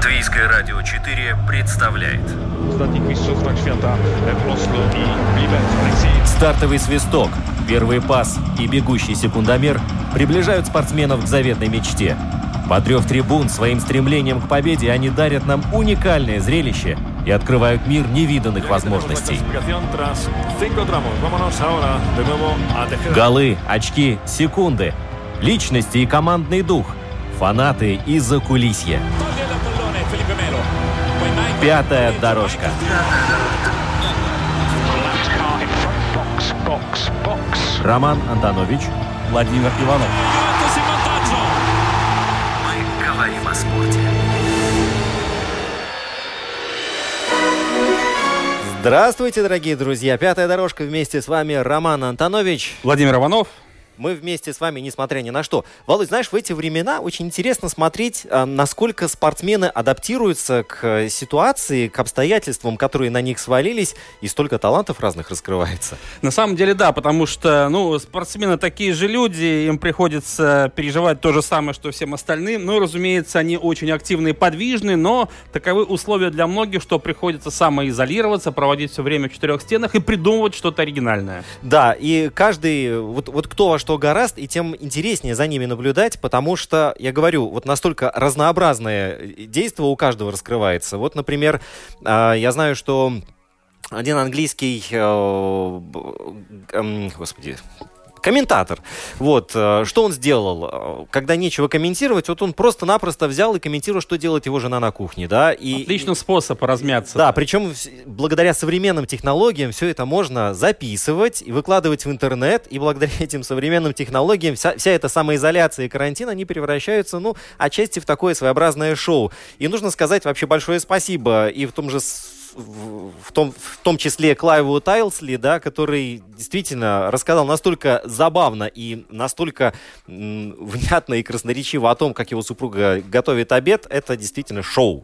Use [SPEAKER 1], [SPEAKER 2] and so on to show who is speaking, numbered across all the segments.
[SPEAKER 1] Латвийское радио 4 представляет.
[SPEAKER 2] Стартовый свисток, первый пас и бегущий секундомер приближают спортсменов к заветной мечте. Потрев трибун своим стремлением к победе, они дарят нам уникальное зрелище и открывают мир невиданных возможностей. Голы, очки, секунды, личности и командный дух, фанаты и закулисье. Пятая дорожка. Роман Антонович,
[SPEAKER 3] Владимир Иванов.
[SPEAKER 1] Мы говорим о спорте.
[SPEAKER 4] Здравствуйте, дорогие друзья. Пятая дорожка, вместе с вами Роман Антонович.
[SPEAKER 3] Владимир Иванов.
[SPEAKER 4] Мы вместе с вами, несмотря ни на что. Володь, знаешь, в эти времена очень интересно смотреть, насколько спортсмены адаптируются к ситуации, к обстоятельствам, которые на них свалились, и столько талантов разных раскрывается.
[SPEAKER 3] На самом деле, да, потому что, спортсмены такие же люди, им приходится переживать то же самое, что всем остальным. Ну, разумеется, они очень активные и подвижные, но таковы условия для многих, что приходится самоизолироваться, проводить все время в четырех стенах и придумывать что-то оригинальное.
[SPEAKER 4] Да, и каждый, вот кто во что гораст, и тем интереснее за ними наблюдать, потому что, я говорю, вот настолько разнообразное действие у каждого раскрывается. Вот, например, я знаю, что один английский, комментатор. Вот, что он сделал? Когда нечего комментировать, вот он просто-напросто взял и комментировал, что делает его жена на кухне, да?
[SPEAKER 3] Отличный способ размяться.
[SPEAKER 4] Да, причем благодаря современным технологиям все это можно записывать и выкладывать в интернет, и благодаря этим современным технологиям вся эта самоизоляция и карантин, они превращаются, отчасти в такое своеобразное шоу. И нужно сказать вообще большое спасибо и в том числе Клайву Тайлсли, да, который действительно рассказал настолько забавно и настолько внятно и красноречиво о том, как его супруга готовит обед. Это действительно шоу.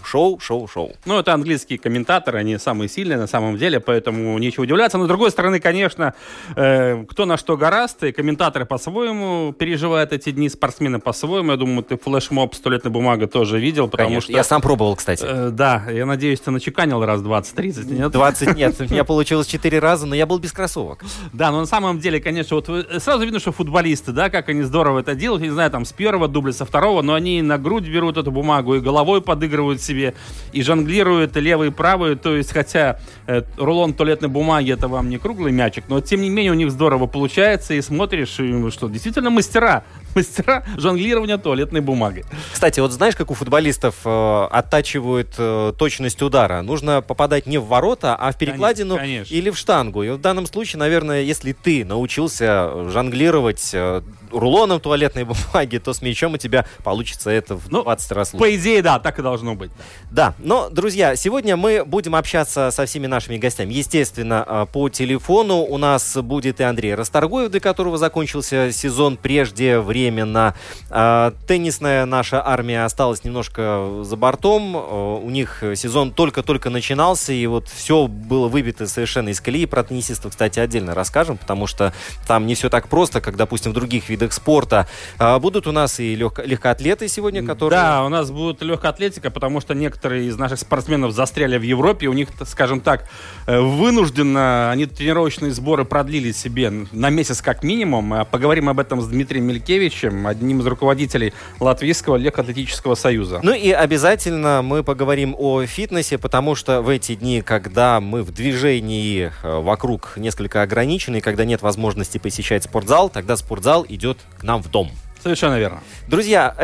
[SPEAKER 3] Это английские комментаторы, они самые сильные на самом деле, поэтому нечего удивляться. Но с другой стороны, конечно, кто на что горазд, и комментаторы по-своему переживают эти дни, спортсмены по-своему. Я думаю, ты флешмоб «Столетная бумага» тоже видел, потому
[SPEAKER 4] Конечно.
[SPEAKER 3] что...
[SPEAKER 4] Я сам пробовал, кстати.
[SPEAKER 3] Да, я надеюсь, ты начеканил раз 20-30, нет?
[SPEAKER 4] 20 нет, у меня получилось 4 раза, но я был без кроссовок.
[SPEAKER 3] Да, но на самом деле, конечно, сразу видно, что футболисты, да, как они здорово это делают, я не знаю, там, с первого дубля, со второго, но они на грудь берут эту бумагу и головой подыгрывают себе, и жонглируют и левый и правый, то есть, хотя рулон туалетной бумаги это вам не круглый мячик, но тем не менее у них здорово получается, и смотришь, и, что действительно мастера жонглирования туалетной бумагой.
[SPEAKER 4] Кстати, вот знаешь, как у футболистов оттачивают точность удара? Нужно попадать не в ворота, а в перекладину, конечно. Или в штангу. И в данном случае, наверное, если ты научился жонглировать рулоном туалетной бумаги, то с мячом у тебя получится это в 20 раз лучше.
[SPEAKER 3] По идее, да, так и должно быть.
[SPEAKER 4] Да, но, друзья, сегодня мы будем общаться со всеми нашими гостями. Естественно, по телефону у нас будет и Андрей Расторгуев, для которого закончился сезон преждевременно. Теннисная наша армия осталась немножко за бортом. У них сезон только-только начинался, и вот все было выбито совершенно из колеи. Про теннисистов, кстати, отдельно расскажем, потому что там не все так просто, как, допустим, в других видах спорта. Будут у нас и легкоатлеты сегодня, которые...
[SPEAKER 3] Да, у нас будет легкая атлетика, потому что некоторые из наших спортсменов застряли в Европе. У них, скажем так, вынужденно они тренировочные сборы продлили себе на месяц как минимум. Поговорим об этом с Дмитрием Мелькевичем, одним из руководителей Латвийского легкоатлетического союза.
[SPEAKER 4] И обязательно мы поговорим о фитнесе, потому что в эти дни, когда мы в движении вокруг несколько ограничены, когда нет возможности посещать спортзал, тогда спортзал идет к нам в дом.
[SPEAKER 3] Совершенно верно.
[SPEAKER 4] Друзья,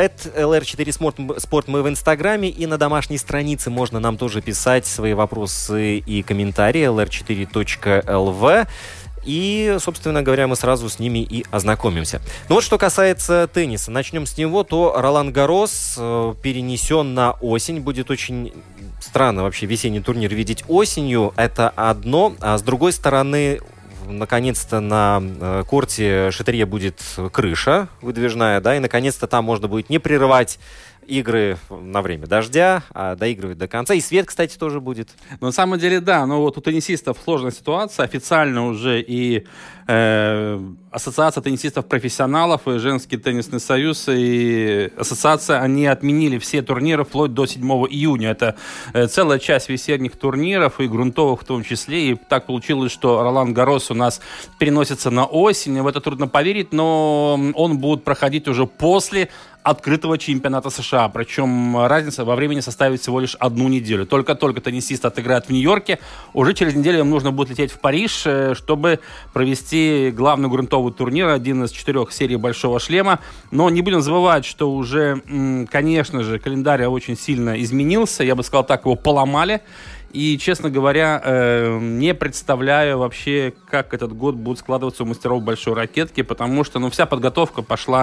[SPEAKER 4] LR4 Спорт мы в Инстаграме, и на домашней странице можно нам тоже писать свои вопросы и комментарии lr4.lv. И, собственно говоря, мы сразу с ними и ознакомимся. Что касается тенниса, начнем с него, то Ролан Гаррос перенесен на осень. Будет очень странно вообще весенний турнир видеть осенью. Это одно. А с другой стороны, наконец-то на корте Шатерье будет крыша выдвижная, да, и наконец-то там можно будет не прерывать игры на время дождя, а доигрывать до конца. И свет, кстати, тоже будет.
[SPEAKER 3] Но на самом деле, да, но вот у теннисистов сложная ситуация. Официально уже и Ассоциация теннисистов-профессионалов, и Женский теннисный союз, и ассоциация, они отменили все турниры вплоть до 7 июня. Это целая часть весенних турниров, и грунтовых в том числе. И так получилось, что Ролан Гаррос у нас переносится на осень. В это трудно поверить, но он будет проходить уже после открытого чемпионата США. Причем разница во времени составит всего лишь 1 неделю. Только-только теннисисты отыграют в Нью-Йорке. Уже через неделю им нужно будет лететь в Париж, чтобы провести главный грунтовый турнир, один из 4 серий «Большого шлема». Но не будем забывать, что уже, конечно же, календарь очень сильно изменился. Я бы сказал так, его поломали. И, честно говоря, не представляю вообще, как этот год будет складываться у мастеров большой ракетки, потому что вся подготовка пошла,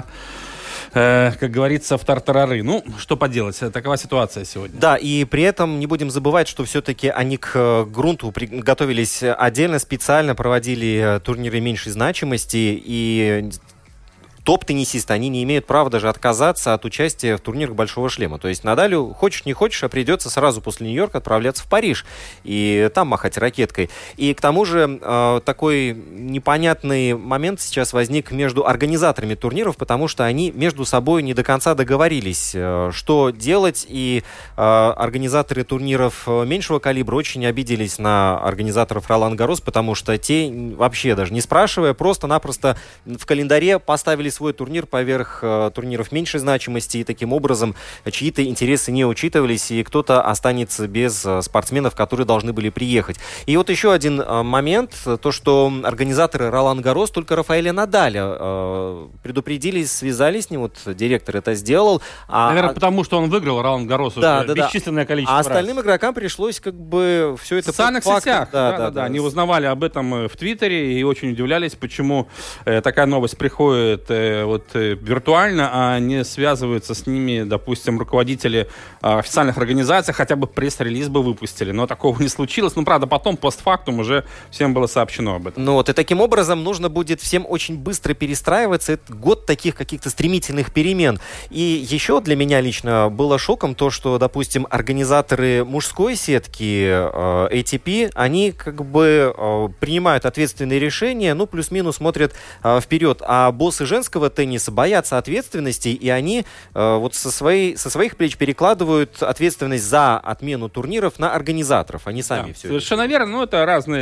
[SPEAKER 3] как говорится, в тартарары. Что поделать, такова ситуация сегодня.
[SPEAKER 4] Да, и при этом не будем забывать, что все-таки они к грунту готовились отдельно, специально проводили турниры меньшей значимости, и топ-теннисисты, они не имеют права даже отказаться от участия в турнирах «Большого шлема». То есть Надалю, хочешь не хочешь, а придется сразу после Нью-Йорка отправляться в Париж и там махать ракеткой. И к тому же такой непонятный момент сейчас возник между организаторами турниров, потому что они между собой не до конца договорились, что делать, и организаторы турниров меньшего калибра очень обиделись на организаторов Ролан Гаррос, потому что те, вообще даже не спрашивая, просто-напросто в календаре поставили свой турнир поверх турниров меньшей значимости, и таким образом чьи-то интересы не учитывались, и кто-то останется без спортсменов, которые должны были приехать. И вот еще один момент, то, что организаторы Ролан Гаррос только Рафаэля Надаля предупредили, связались с ним, вот директор это сделал.
[SPEAKER 3] Наверное, потому что он выиграл Ролан Гаррос уже бесчисленное количество раз.
[SPEAKER 4] А остальным игрокам пришлось все это...
[SPEAKER 3] В социальных сетях, да. Они узнавали об этом в Твиттере и очень удивлялись, почему такая новость приходит виртуально, а не связываются с ними, допустим, руководители официальных организаций, хотя бы пресс-релиз бы выпустили. Но такого не случилось. Правда, потом, постфактум, уже всем было сообщено об этом.
[SPEAKER 4] И таким образом нужно будет всем очень быстро перестраиваться. Это год таких каких-то стремительных перемен. И еще для меня лично было шоком то, что, допустим, организаторы мужской сетки ATP, они принимают ответственные решения, плюс-минус смотрят вперед. А боссы женского тенниса боятся ответственности, и они со своих плеч перекладывают ответственность за отмену турниров на организаторов. Они сами все
[SPEAKER 3] совершенно это верно. Это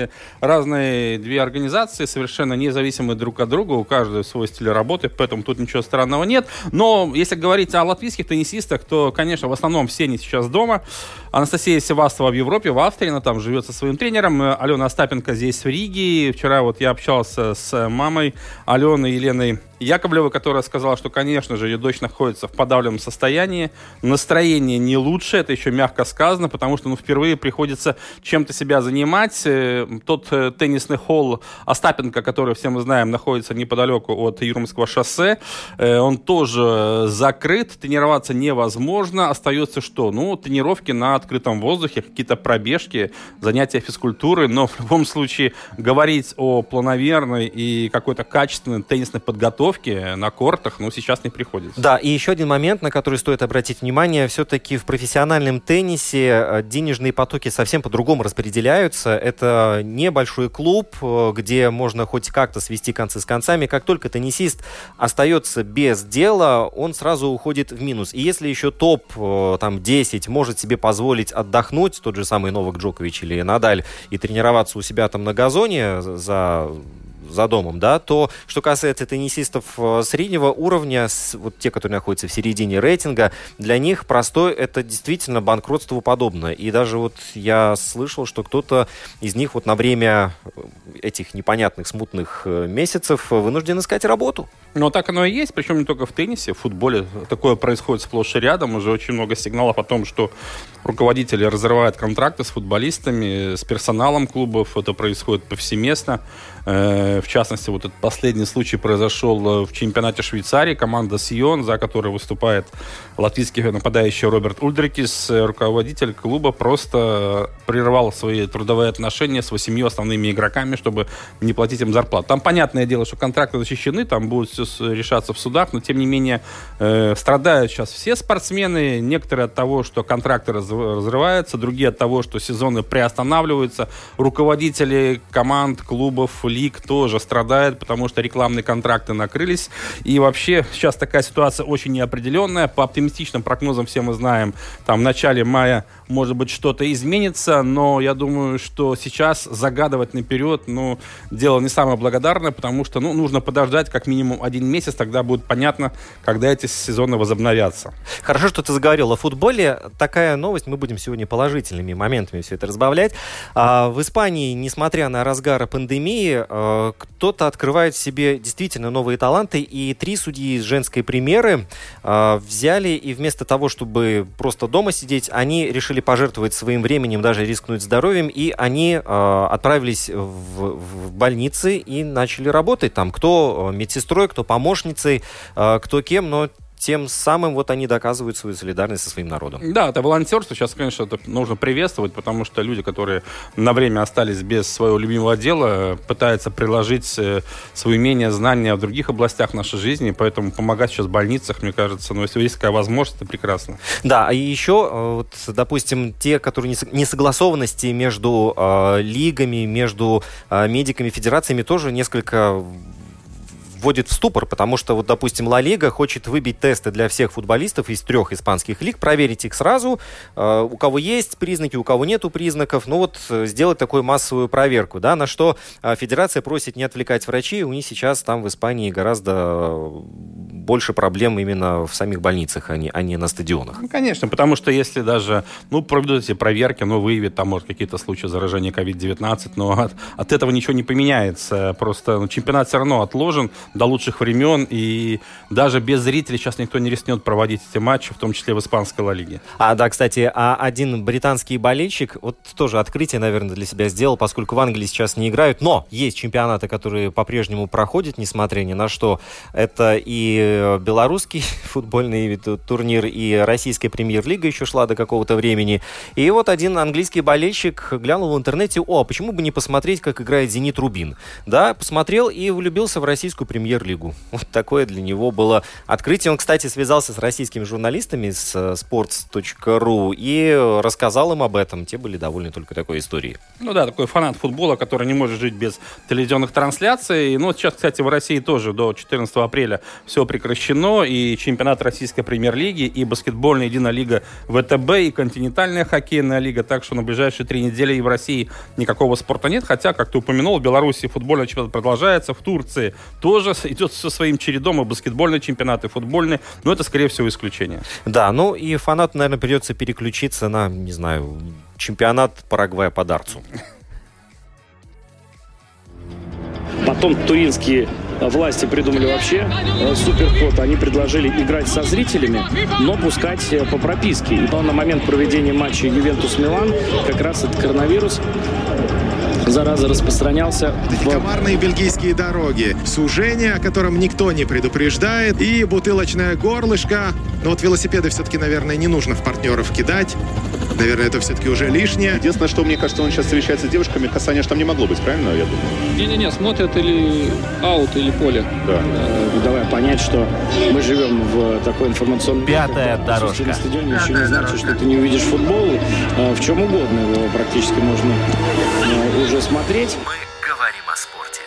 [SPEAKER 3] разные две организации, совершенно независимые друг от друга. У каждого свой стиль работы, поэтому тут ничего странного нет. Но если говорить о латвийских теннисистах, то, конечно, в основном все они сейчас дома. Анастасия Севастова в Европе, в Австрии, она там живет со своим тренером. Алена Остапенко здесь, в Риге. Вчера я общался с мамой Алены, Еленой Яковлевой, которая сказала, что, конечно же, ее дочь находится в подавленном состоянии. Настроение не лучше, это еще мягко сказано, потому что впервые приходится чем-то себя занимать. Тот теннисный холл Остапенко, который, все мы знаем, находится неподалеку от Юрмского шоссе, он тоже закрыт, тренироваться невозможно. Остается что? Тренировки на открытом воздухе, какие-то пробежки, занятия физкультурой, но в любом случае говорить о планомерной и какой-то качественной теннисной подготовке на кортах, сейчас не приходится.
[SPEAKER 4] Да, и еще один момент, на который стоит обратить внимание. Все-таки в профессиональном теннисе денежные потоки совсем по-другому распределяются. Это небольшой клуб, где можно хоть как-то свести концы с концами. Как только теннисист остается без дела, он сразу уходит в минус. И если еще топ-10 может себе позволить отдохнуть, тот же самый Новак Джокович или Надаль, и тренироваться у себя на газоне за домом, то что касается теннисистов среднего уровня, те, которые находятся в середине рейтинга, для них простой это действительно банкротству подобно. И даже я слышал, что кто-то из них на время этих непонятных смутных месяцев вынужден искать работу.
[SPEAKER 3] Но так оно и есть, причем не только в теннисе, в футболе такое происходит сплошь и рядом. Уже очень много сигналов о том, что руководители разрывают контракты с футболистами, с персоналом клубов. Это происходит повсеместно. В частности, вот этот последний случай произошел в чемпионате Швейцарии. Команда «Сион», за которой выступает латвийский нападающий Роберт Ульдрикис, руководитель клуба просто прервал свои трудовые отношения с 8 основными игроками, чтобы не платить им зарплату. Там, понятное дело, что контракты защищены, там будет все решаться в судах, но, тем не менее, страдают сейчас все спортсмены. Некоторые от того, что контракты разрываются, другие от того, что сезоны приостанавливаются. Руководители команд, клубов, лиг тоже страдают, потому что рекламные контракты накрылись. И вообще сейчас такая ситуация очень неопределенная. По оптимистичным прогнозам все мы знаем, там в начале мая может быть что-то изменится, но я думаю, что сейчас загадывать наперед, дело не самое благодарное, потому что, нужно подождать как минимум 1 месяц, тогда будет понятно, когда эти сезоны возобновятся.
[SPEAKER 4] Хорошо, что ты заговорил о футболе. Такая новость, мы будем сегодня положительными моментами все это разбавлять. В Испании, несмотря на разгар пандемии, кто-то открывает в себе действительно новые таланты, и 3 судьи из женской премьеры взяли и вместо того, чтобы просто дома сидеть, они решили пожертвовать своим временем, даже рискнуть здоровьем, и они отправились в больницы и начали работать там. Кто медсестрой, кто помощницей, кто кем, но тем самым они доказывают свою солидарность со своим народом.
[SPEAKER 3] Да, это волонтерство. Сейчас, конечно, это нужно приветствовать, потому что люди, которые на время остались без своего любимого дела, пытаются приложить свои умения, знания в других областях нашей жизни, поэтому помогать сейчас в больницах, мне кажется, если есть такая возможность, это прекрасно.
[SPEAKER 4] Да, и еще, допустим, те, которые несогласованности между лигами, между медиками, федерациями тоже несколько вводит в ступор, потому что, допустим, Ла Лига хочет выбить тесты для всех футболистов из 3 испанских лиг, проверить их сразу, у кого есть признаки, у кого нету признаков, сделать такую массовую проверку, да, на что федерация просит не отвлекать врачей, у них сейчас там в Испании гораздо больше проблем именно в самих больницах, а не на стадионах.
[SPEAKER 3] Конечно, потому что если даже, проведут эти проверки, выявят там, может, какие-то случаи заражения COVID-19, но от этого ничего не поменяется, просто чемпионат все равно отложен до лучших времен, и даже без зрителей сейчас никто не рискнет проводить эти матчи, в том числе в испанской Ла Лиге.
[SPEAKER 4] Да, кстати, один британский болельщик, тоже открытие, наверное, для себя сделал, поскольку в Англии сейчас не играют, но есть чемпионаты, которые по-прежнему проходят, несмотря ни на что. Это и белорусский футбольный турнир, и российская премьер-лига еще шла до какого-то времени. И один английский болельщик глянул в интернете, почему бы не посмотреть, как играет «Зенит Рубин». Да, посмотрел и влюбился в российскую премьер-лигу. Такое для него было открытие. Он, кстати, связался с российскими журналистами с sports.ru и рассказал им об этом. Те были довольны только такой историей.
[SPEAKER 3] Такой фанат футбола, который не может жить без телевизионных трансляций. Сейчас, кстати, в России тоже до 14 апреля все прекращено. И чемпионат российской премьер-лиги, и баскетбольная единая лига ВТБ, и континентальная хоккейная лига. Так что на ближайшие 3 недели и в России никакого спорта нет. Хотя, как ты упомянул, в Беларуси футбольный чемпионат продолжается, в Турции тоже идет со своим чередом, и баскетбольный чемпионат, и футбольный, но это, скорее всего, исключение.
[SPEAKER 4] Да, и фанату, наверное, придется переключиться на, не знаю, чемпионат Парагвая по дартсу.
[SPEAKER 5] Потом туринские власти придумали вообще суперход. Они предложили играть со зрителями, но пускать по прописке. И на момент проведения матча Ювентус-Милан как раз этот коронавирус зараза распространялся.
[SPEAKER 6] Коварные бельгийские дороги, сужение, о котором никто не предупреждает, и бутылочное горлышко. Но велосипеды все-таки, наверное, не нужно в партнеров кидать. Наверное, это все-таки уже лишнее.
[SPEAKER 7] Единственное, что мне кажется, он сейчас встречается с девушками, касания же там не могло быть, правильно, я думаю?
[SPEAKER 5] Не-не-не, смотрят или аут, или поле.
[SPEAKER 7] Да.
[SPEAKER 5] Давай понять, что мы живем в такой информационной...
[SPEAKER 2] Пятая дорожка.
[SPEAKER 5] На стадионе еще не значит, что ты не увидишь футбол. В чем угодно его практически можно уже смотреть.
[SPEAKER 1] Мы говорим о спорте.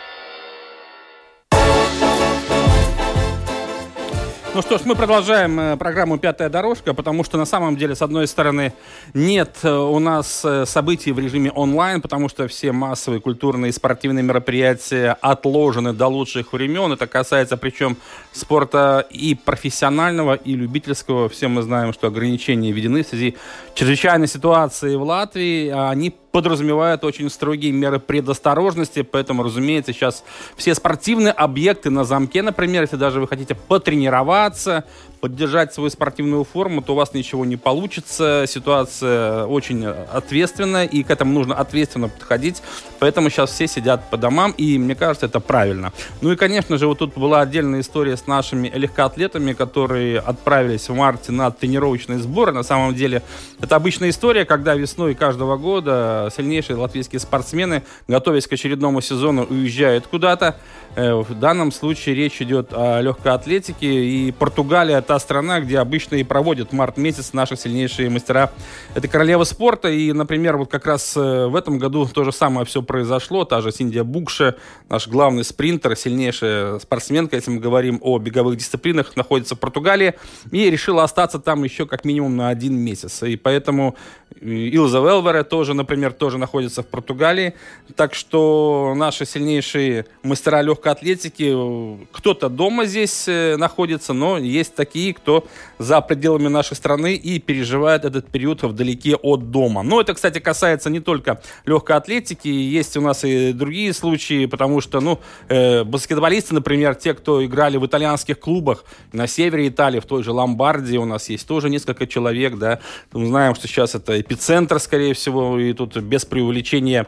[SPEAKER 3] Ну что ж, мы продолжаем программу «Пятая дорожка», потому что на самом деле, с одной стороны, нет у нас событий в режиме онлайн, потому что все массовые культурные и спортивные мероприятия отложены до лучших времен. Это касается причем спорта и профессионального, и любительского. Все мы знаем, что ограничения введены в связи с чрезвычайной ситуацией в Латвии. Они подразумевают очень строгие меры предосторожности, поэтому, разумеется, сейчас все спортивные объекты на замке, например, если даже вы хотите потренироваться, поддержать свою спортивную форму, то у вас ничего не получится. Ситуация очень ответственная, и к этому нужно ответственно подходить. Поэтому сейчас все сидят по домам, и мне кажется, это правильно. Ну и, конечно же, вот тут была отдельная история с нашими легкоатлетами, которые отправились в марте на тренировочные сборы. На самом деле, это обычная история, когда весной каждого года сильнейшие латвийские спортсмены, готовясь к очередному сезону, уезжают куда-то. В данном случае речь идет о легкой атлетике, и Португалия — та страна, где обычно и проводят март месяц наши сильнейшие мастера. Это королева спорта, и, например, вот как раз в этом году то же самое все произошло. Та же Синдия Букше, наш главный спринтер, сильнейшая спортсменка, если мы говорим о беговых дисциплинах, находится в Португалии и решила остаться там еще как минимум на 1 месяц. И поэтому Илза Велвере тоже, например, тоже находится в Португалии. Так что наши сильнейшие мастера легкой атлетики, кто-то дома здесь находится, но есть такие, кто за пределами нашей страны и переживает этот период вдалеке от дома. Но это, кстати, касается не только легкой атлетики, есть у нас и другие случаи, потому что, баскетболисты, например, те, кто играли в итальянских клубах на севере Италии, в той же Ломбардии у нас есть тоже несколько человек, да, мы знаем, что сейчас это эпицентр, скорее всего, и тут без преувеличения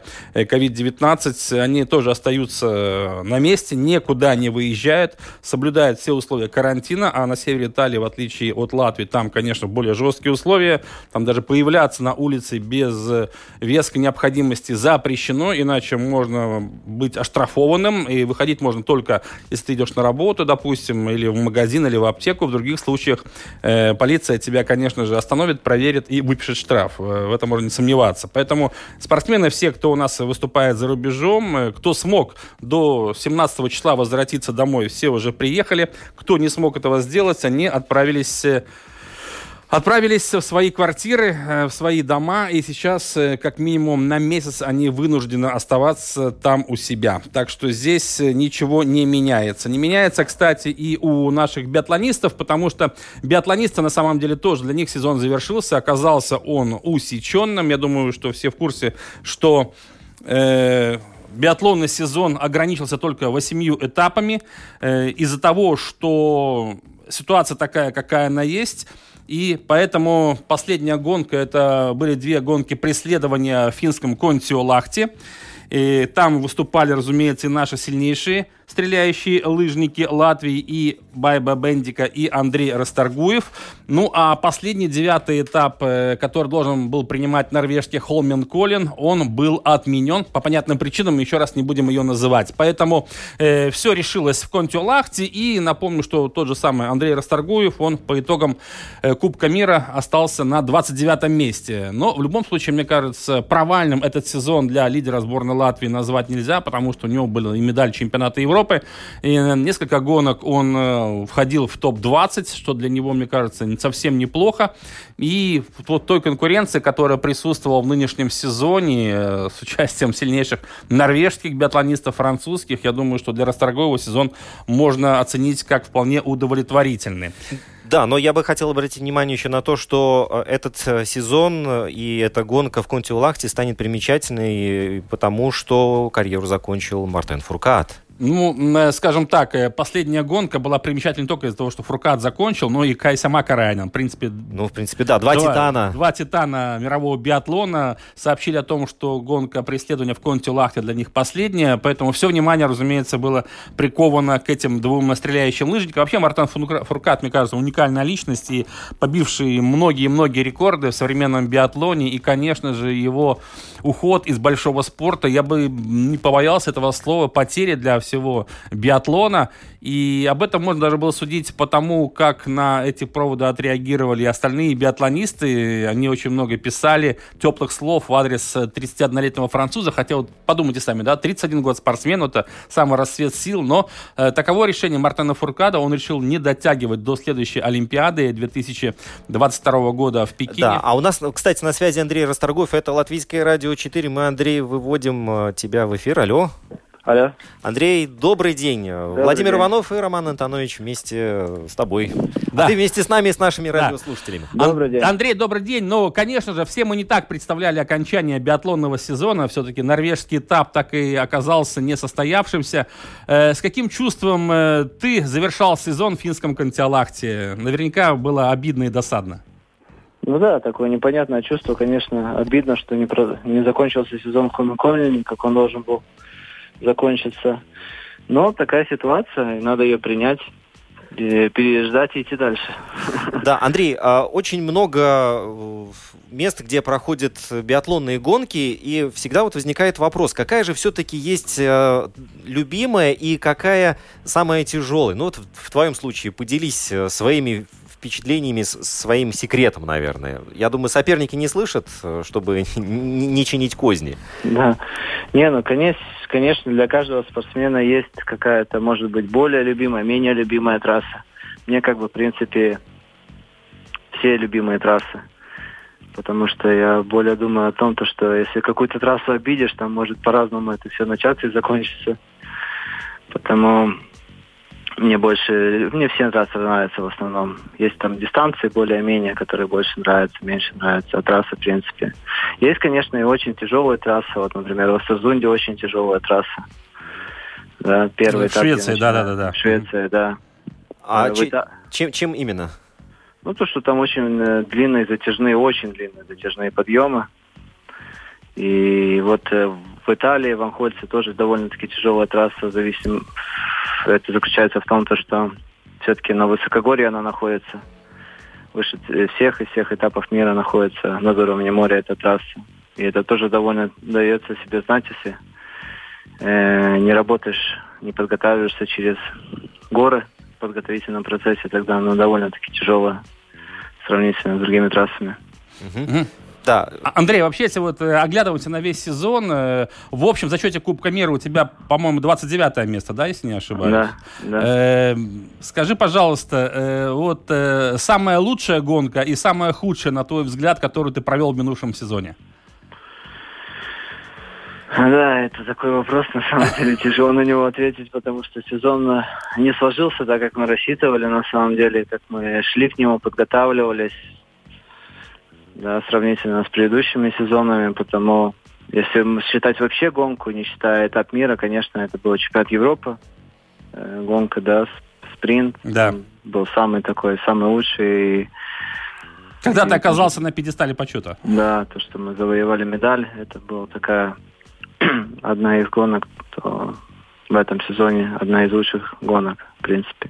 [SPEAKER 3] COVID-19, они тоже остаются на месте, никуда не выезжают, соблюдают все условия карантина, а на севере Италии, в отличие от Латвии, там, конечно, более жесткие условия, там даже появляться на улице без веской необходимости запрещено, иначе можно быть оштрафованным, и выходить можно только, если ты идешь на работу, допустим, или в магазин, или в аптеку. В других случаях полиция тебя, конечно же, остановит, проверит и выпишет штраф. В этом можно не сомневаться. Поэтому спортсмены, все, кто у нас выступает за рубежом, кто смог до 17 числа возвратиться домой, все уже приехали. Кто не смог этого сделать, они отправились в свои квартиры, в свои дома, и сейчас как минимум на месяц они вынуждены оставаться там у себя. Так что здесь ничего не меняется. Не меняется, кстати, и у наших биатлонистов, потому что биатлонисты на самом деле тоже, для них сезон завершился, оказался он усеченным. Я думаю, что все в курсе, что биатлонный сезон ограничился только 8 этапами из-за того, что ситуация такая, какая она есть. И поэтому последняя гонка, это были 2 гонки преследования в финском Контиолахте. И там выступали, разумеется, и наши сильнейшие стреляющие лыжники Латвии, и Байба Бендика, и Андрей Расторгуев. Ну, а последний 9-й этап, который должен был принимать норвежский Холменколлен, он был отменен по понятным причинам, еще раз не будем ее называть. Поэтому все решилось в Контиолахте, и напомню, что тот же самый Андрей Расторгуев, он по итогам Кубка мира остался на 29-м месте. Но в любом случае, мне кажется, провальным этот сезон для лидера сборной Латвии назвать нельзя, потому что у него была и медаль чемпионата Европы, и несколько гонок он входил в топ-20, что для него, мне кажется, совсем неплохо. И вот той конкуренции, которая присутствовала в нынешнем сезоне с участием сильнейших норвежских биатлонистов, французских, я думаю, что для Расторгуева сезон можно оценить как вполне удовлетворительный.
[SPEAKER 4] Да, но я бы хотел обратить внимание еще на то, что этот сезон и эта гонка в Контиолахте станет примечательной, потому что карьеру закончил Мартен Фуркат.
[SPEAKER 3] Ну, скажем так, последняя гонка была примечательной не только из-за того, что Фуркат закончил, но и Кайса Макараинен. В принципе,
[SPEAKER 4] да, два титана.
[SPEAKER 3] Два титана мирового биатлона сообщили о том, что гонка преследования в Контиолахте для них последняя, поэтому все внимание, разумеется, было приковано к этим 2 стреляющим лыжникам. Вообще, Мартен Фуркат, мне кажется, уникальная личность и побивший многие-многие рекорды в современном биатлоне, и, конечно же, его уход из большого спорта, я бы не побоялся этого слова, потери для всего биатлона. И об этом можно даже было судить по тому, как на эти проводы отреагировали остальные биатлонисты. Они очень много писали теплых слов в адрес 31-летнего француза. Хотя вот подумайте сами, да, 31 год спортсмен, это самый расцвет сил. Но таково решение Мартена Фуркада. Он решил не дотягивать до следующей Олимпиады 2022 года в Пекине.
[SPEAKER 4] Да, а у нас, кстати, на связи Андрей Расторгуев. Это Латвийское радио 4. Мы, Андрей, выводим тебя в эфир. Алло.
[SPEAKER 8] Алло.
[SPEAKER 4] Андрей, добрый день. Владимир Иванов и Роман Антонович вместе с тобой.
[SPEAKER 3] Да.
[SPEAKER 4] А ты вместе с нами и с нашими радиослушателями.
[SPEAKER 8] Добрый день.
[SPEAKER 3] Андрей, добрый день. Ну, конечно же, все мы не так представляли окончание биатлонного сезона. Все-таки норвежский этап так и оказался несостоявшимся. С каким чувством ты завершал сезон в финском Контиолахте? Наверняка было обидно и досадно.
[SPEAKER 8] Ну да, такое непонятное чувство, конечно, обидно, что не закончился сезон в Холменколлине, как он должен был закончиться. Но такая ситуация, и надо ее принять, переждать и идти дальше.
[SPEAKER 4] Да, Андрей, очень много мест, где проходят биатлонные гонки, и всегда вот возникает вопрос, какая же все-таки есть любимая и какая самая тяжелая? Ну вот в твоем случае поделись своими впечатлениями, своим секретом, наверное. Я думаю, соперники не слышат, чтобы не чинить козни.
[SPEAKER 8] Да. Не, ну, конечно, для каждого спортсмена есть какая-то, может быть, более любимая, менее любимая трасса. Мне, в принципе, все любимые трассы. Потому что я более думаю о том, что если какую-то трассу обидишь, там может по-разному это все начаться и закончиться. Потому мне все трассы нравятся в основном. Есть там дистанции более-менее, которые больше нравятся, меньше нравятся, а трассы, в принципе. Есть, конечно, и очень тяжелые трассы. Вот, например, в Остерсунде очень тяжелая трасса. Да, первый этап.
[SPEAKER 3] В Швеции, да.
[SPEAKER 8] В Швеции, да.
[SPEAKER 4] А чем именно?
[SPEAKER 8] Ну, то, что там очень очень длинные затяжные подъемы. И вот в Италии, в Анхольце тоже довольно-таки тяжелая трасса, это заключается в том, что все-таки на высокогорье она находится. Выше всех этапов мира находится над уровнем моря эта трасса. И это тоже довольно дается себе знать, если не работаешь, не подготавливаешься через горы в подготовительном процессе, тогда она довольно-таки тяжелая сравнительно с другими трассами.
[SPEAKER 4] Да.
[SPEAKER 3] Андрей, вообще, если вот оглядываться на весь сезон, в общем зачете Кубка мира у тебя, по-моему, 29 место, да, если не ошибаюсь?
[SPEAKER 8] Да.
[SPEAKER 3] Скажи, пожалуйста, самая лучшая гонка и самая худшая, на твой взгляд, которую ты провел в минувшем сезоне?
[SPEAKER 8] Да, это такой вопрос, на самом деле, тяжело на него ответить, потому что сезон не сложился так, как мы рассчитывали, на самом деле, как мы шли к нему, подготавливались. Да, сравнительно с предыдущими сезонами, потому если считать вообще гонку, не считая этап мира, конечно, это был чемпионат Европы, гонка, да, спринт,
[SPEAKER 3] да.
[SPEAKER 8] Был самый лучший.
[SPEAKER 3] Когда ты оказался на пьедестале почета?
[SPEAKER 8] Да, то, что мы завоевали медаль, это была такая одна из гонок, то в этом сезоне одна из лучших гонок, в принципе.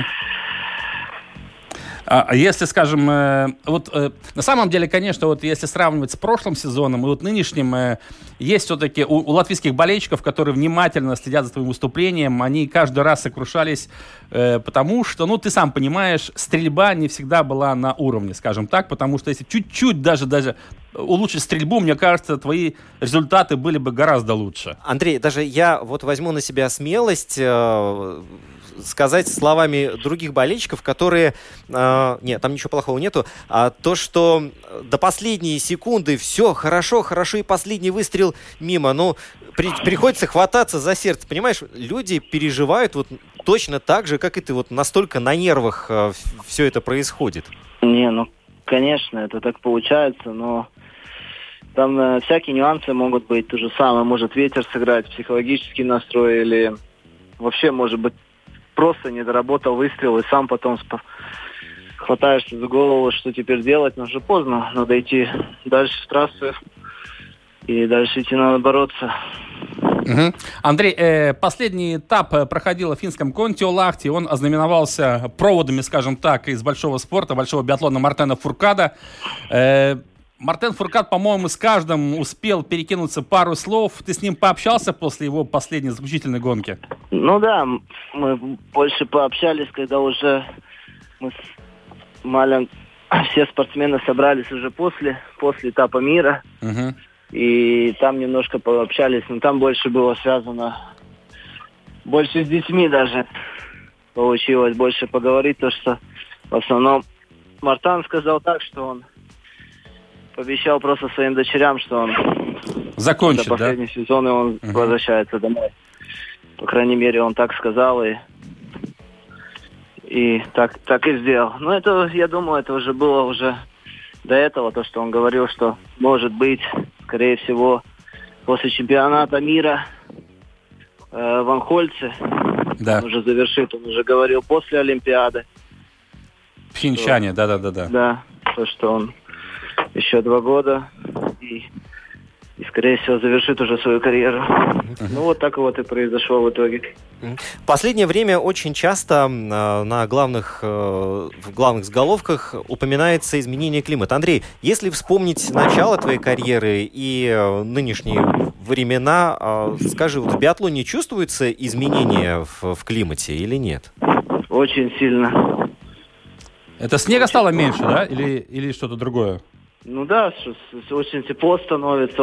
[SPEAKER 3] А если, скажем, на самом деле, конечно, вот если сравнивать с прошлым сезоном и вот нынешним, есть все-таки у латвийских болельщиков, которые внимательно следят за твоим выступлением, они каждый раз сокрушались, потому что, ты сам понимаешь, стрельба не всегда была на уровне, скажем так, потому что если чуть-чуть даже улучшить стрельбу, мне кажется, твои результаты были бы гораздо лучше.
[SPEAKER 4] Андрей, даже я вот возьму на себя смелость сказать словами других болельщиков, которые... нет, там ничего плохого нету. То, что до последней секунды все хорошо, и последний выстрел мимо. Приходится хвататься за сердце. Понимаешь, люди переживают вот точно так же, как и ты. Вот настолько на нервах все это происходит.
[SPEAKER 8] Конечно, это так получается, но там всякие нюансы могут быть. То же самое, может ветер сыграть, психологический настрой, или вообще, может быть, просто не доработал выстрел, и сам потом хватаешься за голову, что теперь делать, но уже поздно. Надо идти дальше в трассу, и дальше идти надо бороться.
[SPEAKER 3] Андрей, последний этап проходил в финском Контиолахте, он ознаменовался проводами, скажем так, из большого спорта, большого биатлона Мартена Фуркада. Мартен Фуркад, по-моему, с каждым успел перекинуться пару слов. Ты с ним пообщался после его последней заключительной гонки?
[SPEAKER 8] Да, мы больше пообщались, когда уже мы с Малем, все спортсмены собрались уже после этапа мира. И там немножко пообщались, но там больше было связано, больше с детьми даже получилось больше поговорить, то что в основном Мартан сказал так, что он пообещал просто своим дочерям, что он
[SPEAKER 3] закончит,
[SPEAKER 8] до последнего сезона он возвращается домой. По крайней мере, он так сказал и так и сделал. Но это, я думаю, это уже было уже до этого, то, что он говорил, что может быть, скорее всего, после чемпионата мира в Анхольце
[SPEAKER 3] Да.
[SPEAKER 8] он уже завершит, он уже говорил после Олимпиады.
[SPEAKER 3] В Пхенчхане, да.
[SPEAKER 8] Да, то, что он еще 2 года и скорее всего, завершит уже свою карьеру. Ну, вот так вот и произошло в итоге.
[SPEAKER 4] В последнее время очень часто в главных заголовках упоминается изменение климата. Андрей, если вспомнить начало твоей карьеры и нынешние времена, скажи, вот в биатлоне чувствуется изменение в климате или нет?
[SPEAKER 8] Очень сильно.
[SPEAKER 3] Это снега стало меньше, да? Или что-то другое?
[SPEAKER 8] Ну да, очень тепло становится.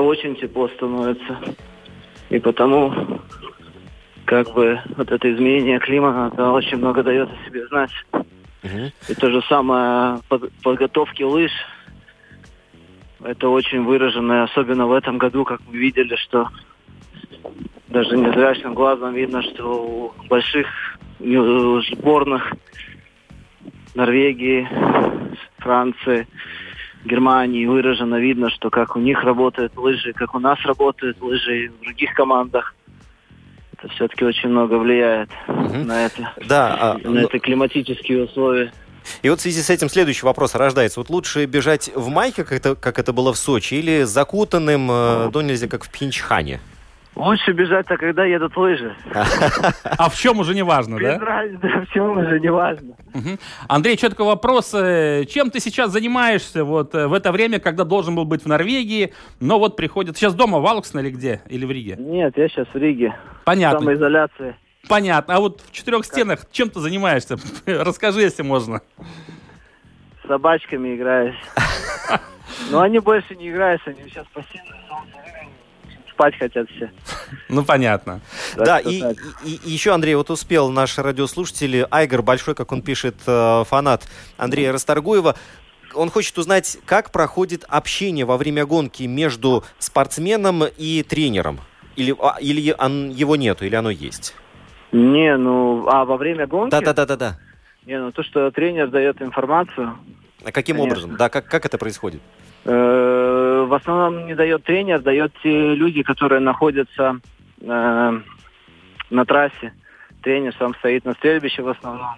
[SPEAKER 8] И потому, как бы, вот это изменение климата очень много дает о себе знать. И то же самое подготовки лыж. Это очень выражено, особенно в этом году, как мы видели, что даже незрячим глазом видно, что у больших сборных Норвегии, Франции, Германии выраженно видно, что как у них работают лыжи, как у нас работают лыжи и в других командах. Это все-таки очень много влияет на это.
[SPEAKER 4] Да,
[SPEAKER 8] это климатические условия.
[SPEAKER 4] И вот в связи с этим следующий вопрос рождается. Вот лучше бежать в майке, как это было в Сочи, или закутанным до нельзя, как в Пхенчхане?
[SPEAKER 8] Лучше бежать-то, когда едут лыжи.
[SPEAKER 3] А в чем уже не важно, да?
[SPEAKER 8] Без разницы, в чем уже не важно.
[SPEAKER 3] Андрей, еще такой вопрос. Чем ты сейчас занимаешься вот в это время, когда должен был быть в Норвегии, но вот приходит... Сейчас дома в Алксне или где? Или в Риге?
[SPEAKER 8] Нет, я сейчас в Риге.
[SPEAKER 3] Понятно.
[SPEAKER 8] В самоизоляции.
[SPEAKER 3] Понятно. А вот в 4 стенах чем ты занимаешься? Расскажи, если можно.
[SPEAKER 8] С собачками играюсь. Но они больше не играются, они сейчас пассивные, спать хотят все.
[SPEAKER 3] Ну, понятно.
[SPEAKER 4] Да, и еще, Андрей, вот успел наш радиослушатель Айгор Большой, как он пишет, фанат Андрея Расторгуева. Он хочет узнать, как проходит общение во время гонки между спортсменом и тренером. Или его нету, или оно есть?
[SPEAKER 8] Не, во время гонки?
[SPEAKER 4] Да.
[SPEAKER 8] Не, то, что тренер дает информацию.
[SPEAKER 4] А каким образом? Да, как это происходит?
[SPEAKER 8] В основном не дает тренер, дает те люди, которые находятся на трассе. Тренер сам стоит на стрельбище в основном.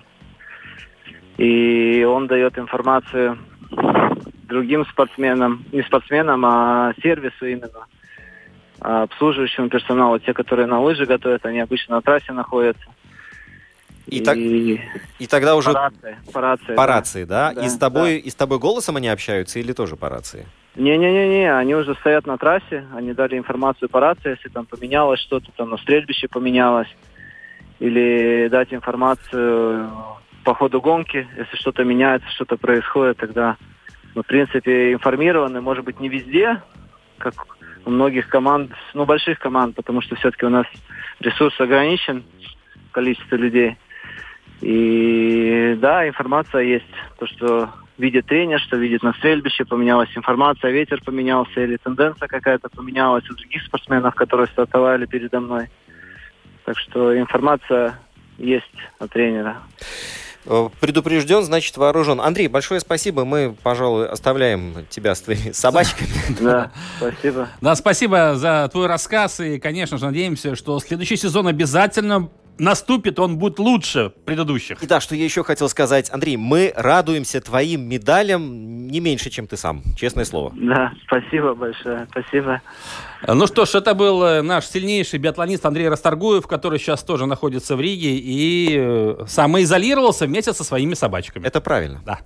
[SPEAKER 8] И он дает информацию другим спортсменам, не спортсменам, а сервису именно, обслуживающему персоналу. Те, которые на лыжи готовят, они обычно на трассе находятся.
[SPEAKER 4] И тогда уже
[SPEAKER 8] по рации,
[SPEAKER 4] да? И с тобой голосом они общаются или тоже по рации?
[SPEAKER 8] Не, они уже стоят на трассе, они дали информацию по рации, если там поменялось что-то, там на стрельбище поменялось, или дать информацию по ходу гонки, если что-то меняется, что-то происходит, тогда мы, в принципе, информированы, может быть, не везде, как у многих команд, больших команд, потому что все-таки у нас ресурс ограничен, количество людей. И да, информация есть. То, что видит тренер, что видит на стрельбище, поменялась информация, ветер поменялся или тенденция какая-то поменялась у других спортсменов, которые стартовали передо мной. Так что информация есть от тренера.
[SPEAKER 4] Предупрежден, значит вооружен. Андрей, большое спасибо. Мы, пожалуй, оставляем тебя с твоими собачками.
[SPEAKER 8] Да, спасибо.
[SPEAKER 3] Да, спасибо за твой рассказ. И, конечно же, надеемся, что следующий сезон обязательно наступит, он будет лучше предыдущих.
[SPEAKER 4] И да, что я еще хотел сказать. Андрей, мы радуемся твоим медалям не меньше, чем ты сам. Честное слово.
[SPEAKER 8] Да, спасибо большое. Спасибо.
[SPEAKER 3] Ну что ж, это был наш сильнейший биатлонист Андрей Расторгуев, который сейчас тоже находится в Риге и самоизолировался вместе со своими собачками.
[SPEAKER 4] Это правильно.
[SPEAKER 3] Да.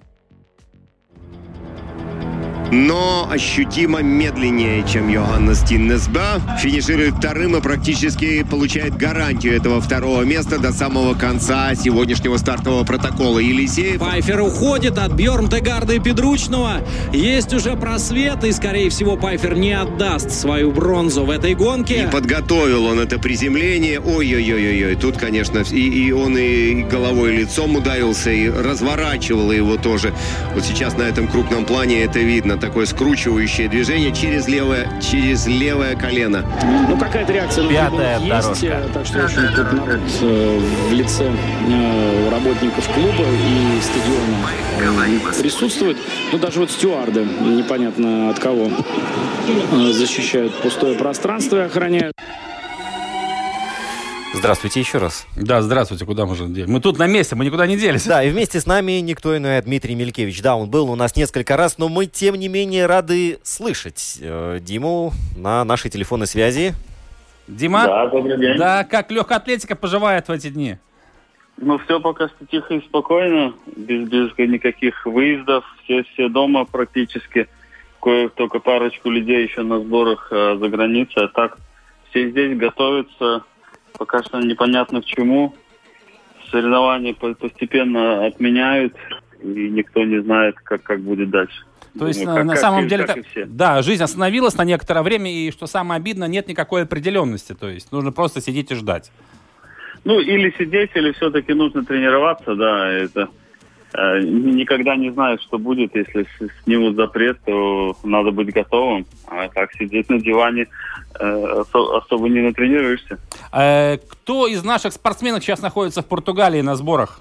[SPEAKER 9] Но ощутимо медленнее, чем Йоханнес Тиннесбе. Финиширует вторым и практически получает гарантию этого второго места до самого конца сегодняшнего стартового протокола. Елисеев.
[SPEAKER 10] Пайфер уходит от Бьорн-Тегарда и Педручного. Есть уже просвет, и, скорее всего, Пайфер не отдаст свою бронзу в этой гонке.
[SPEAKER 9] И подготовил он это приземление. Ой-ой-ой-ой. Тут, конечно, и он и головой, и лицом ударился, и разворачивало его тоже. Вот сейчас на этом крупном плане это видно. такое скручивающее движение через левое колено.
[SPEAKER 5] Ну, какая-то реакция на
[SPEAKER 2] Пятая
[SPEAKER 5] есть,
[SPEAKER 2] дорожка.
[SPEAKER 5] так что очень тут народ в лице работников клуба и стадиона присутствует. Ну, даже вот стюарды, непонятно от кого, защищают пустое пространство и охраняют.
[SPEAKER 4] Здравствуйте еще раз.
[SPEAKER 3] Да, здравствуйте, куда мы же делись? Мы тут на месте, мы никуда не делись.
[SPEAKER 4] Да, и вместе с нами никто иной, а Дмитрий Мелькевич. Да, он был у нас несколько раз, но мы, тем не менее, рады слышать Диму на нашей телефонной связи.
[SPEAKER 3] Дима?
[SPEAKER 11] Да, добрый день.
[SPEAKER 3] Да, как легкая атлетика поживает в эти дни?
[SPEAKER 11] Ну, все пока что тихо и спокойно, без никаких выездов, все дома практически. Только парочку людей еще на сборах за границей, а так все здесь готовятся. Пока что непонятно к чему. Соревнования постепенно отменяют, и никто не знает, как будет дальше.
[SPEAKER 3] То есть, на самом деле, да, жизнь остановилась на некоторое время, и, что самое обидное, нет никакой определенности. То есть, нужно просто сидеть и ждать.
[SPEAKER 11] Ну, или сидеть, или все-таки нужно тренироваться, да, это... Никогда не знаешь, что будет, если снимут запрет, то надо быть готовым. А так сидеть на диване особо не натренируешься.
[SPEAKER 3] Кто из наших спортсменов сейчас находится в Португалии на сборах?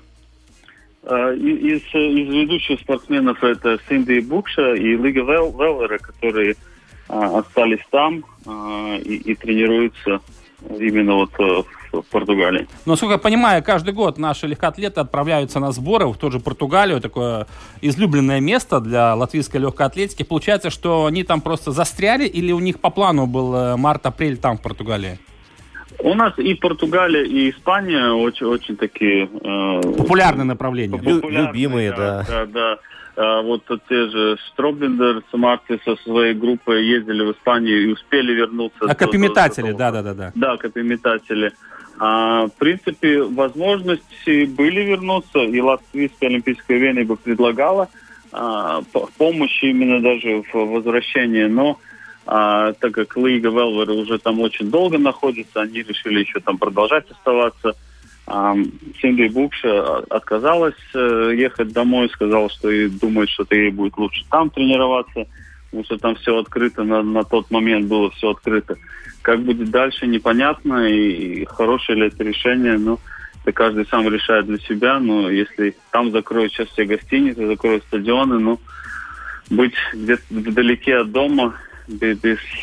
[SPEAKER 11] Из ведущих спортсменов это Синди Букша и Лига Веллера, которые остались там и тренируются именно вот в Португалии.
[SPEAKER 3] Но, насколько я понимаю, каждый год наши легкоатлеты отправляются на сборы в ту же Португалию, такое излюбленное место для латвийской легкой атлетики. Получается, что они там просто застряли, или у них по плану был март-апрель там, в Португалии?
[SPEAKER 11] У нас и Португалия, и Испания очень такие...
[SPEAKER 3] популярные направления.
[SPEAKER 4] Любимые, да.
[SPEAKER 11] Да. Вот те же Строблендер с Марти со своей группой ездили в Испанию и успели вернуться.
[SPEAKER 3] Копьеметатели, да.
[SPEAKER 11] Да, копьеметатели. В принципе, возможности были вернуться, и Латвийская олимпийская Вена бы предлагала помощь именно даже в возвращении, но так как Лига Велвера уже там очень долго находится, они решили еще там продолжать оставаться. Синди Букша отказалась ехать домой, сказала, что и думает, что ей будет лучше там тренироваться, потому что там все открыто, на тот момент было все открыто. Как будет дальше, непонятно, и хорошее ли это решение, но это каждый сам решает для себя, но если там закроют сейчас все гостиницы, закроют стадионы, ну, быть где-то вдалеке от дома, без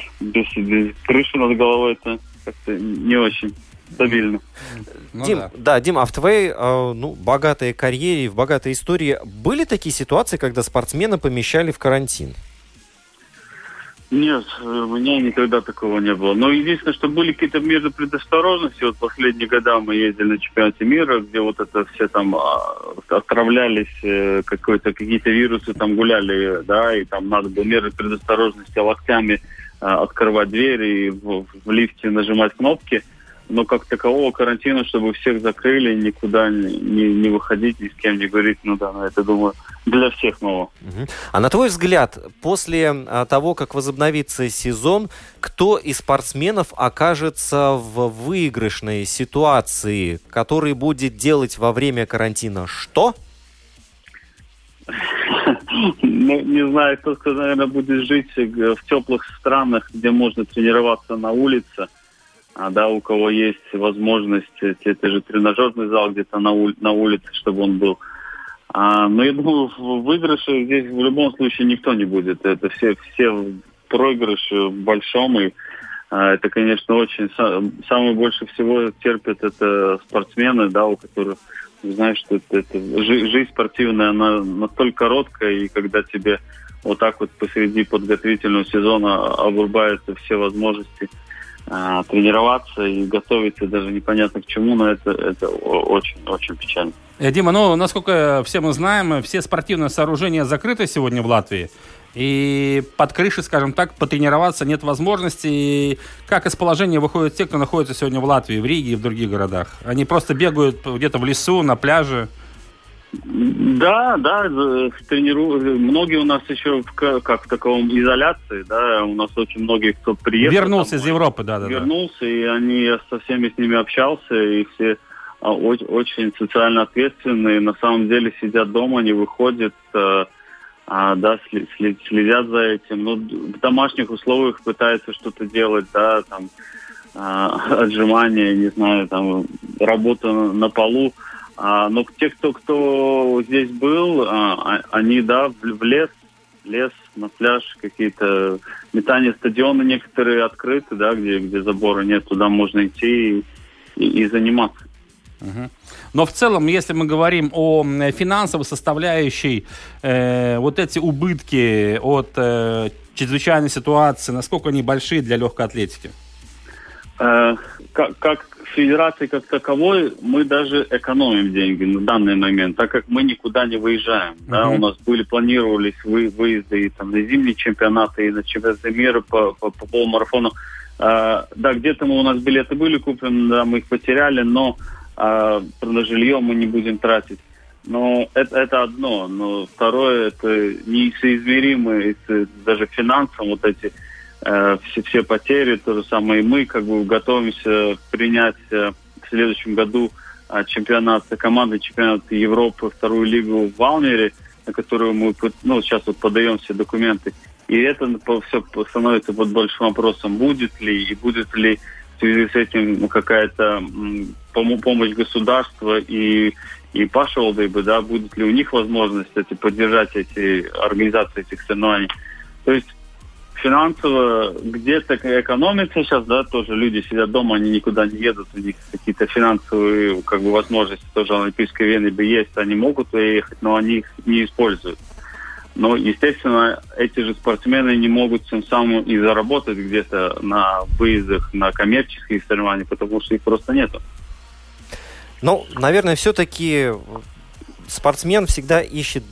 [SPEAKER 11] крыши над головой, это как-то не очень стабильно.
[SPEAKER 4] Дим, а в твоей богатой карьере, в богатой истории были такие ситуации, когда спортсмена помещали в карантин?
[SPEAKER 11] Нет, у меня никогда такого не было. Но единственное, что были какие-то меры предосторожности. Вот последние года мы ездили на чемпионате мира, где вот это все там отравлялись, какие-то вирусы там гуляли, да, и там надо было меры предосторожности локтями открывать двери и в лифте нажимать кнопки. Но как такового карантина, чтобы всех закрыли, никуда не выходить, ни с кем не говорить, это, думаю, для всех нового.
[SPEAKER 4] А на твой взгляд, после того, как возобновится сезон, кто из спортсменов окажется в выигрышной ситуации, который будет делать во время карантина что?
[SPEAKER 11] Не знаю, кто, наверное, будет жить в теплых странах, где можно тренироваться на улице. У кого есть возможность, это же тренажерный зал где-то на улице, чтобы он был. Но я думаю, в выигрыше здесь в любом случае никто не будет. Это все проигрыши в большом. И это, конечно, очень... Самое больше всего терпят это спортсмены, у которых, знаешь, что это жизнь спортивная, она настолько короткая, и когда тебе вот так вот посреди подготовительного сезона обрубаются все возможности тренироваться и готовиться даже непонятно к чему, но это очень-очень печально.
[SPEAKER 3] Дима, насколько все мы знаем, все спортивные сооружения закрыты сегодня в Латвии, и под крышей, скажем так, потренироваться нет возможности. И как из положения выходят те, кто находится сегодня в Латвии, в Риге и в других городах? Они просто бегают где-то в лесу, на пляже?
[SPEAKER 11] Да, тренируют. Многие у нас еще в таком изоляции, у нас очень многие, кто приехал.
[SPEAKER 3] Вернулся из Европы,
[SPEAKER 11] Вернулся, и я со всеми с ними общался, и все очень социально ответственные, на самом деле сидят дома, не выходят, да, следят за этим. Ну, в домашних условиях пытаются что-то делать, да, там, отжимания, не знаю, там, работа на полу. Но те, кто здесь был, они, да, в лес, на пляж, какие-то метания, стадионы некоторые открыты, да, где забора нет, туда можно идти и заниматься.
[SPEAKER 3] Но в целом, если мы говорим о финансовой составляющей, вот эти убытки от чрезвычайной ситуации, насколько они большие для легкой атлетики?
[SPEAKER 11] Как федерации как таковой, мы даже экономим деньги на данный момент, так как мы никуда не выезжаем. Да, у нас планировались выезды и там, на зимние чемпионаты, и на чемпионаты мира по полумарафону. Да, где-то у нас билеты были куплены, да, мы их потеряли, но на жилье мы не будем тратить. Но это одно. Но второе, это несоизмеримые даже финансово вот эти все потери. То же самое и мы как бы готовимся принять в следующем году командный чемпионат Европы, вторую лигу в Валмере, на которую мы сейчас вот подаем все документы. И это все становится под большим вопросом, будет ли в связи с этим какая-то помощь государства и Паша Олдейбы, да, будет ли у них возможность поддержать эти организации этих соревнований. То есть финансово где-то экономится сейчас, да, тоже люди сидят дома, они никуда не едут, у них какие-то финансовые возможности тоже олимпийской вены есть, они могут уехать, но они их не используют. Но, естественно, эти же спортсмены не могут тем самым и заработать где-то на выездах, на коммерческих соревнованиях, потому что их просто нету.
[SPEAKER 4] Ну, наверное, все-таки спортсмен всегда ищет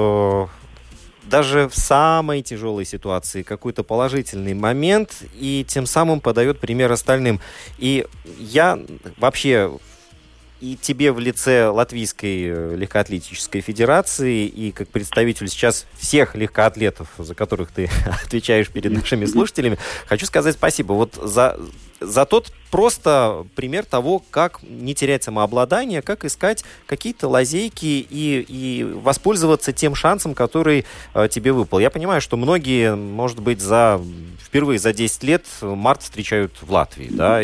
[SPEAKER 4] даже в самой тяжелой ситуации какой-то положительный момент и тем самым подает пример остальным. И я вообще и тебе в лице Латвийской легкоатлетической федерации и как представитель сейчас всех легкоатлетов, за которых ты отвечаешь перед нашими слушателями, хочу сказать спасибо вот за тот просто пример того, как не терять самообладание, как искать какие-то лазейки и воспользоваться тем шансом, который тебе выпал. Я понимаю, что многие, может быть, впервые за 10 лет март встречают в Латвии, да,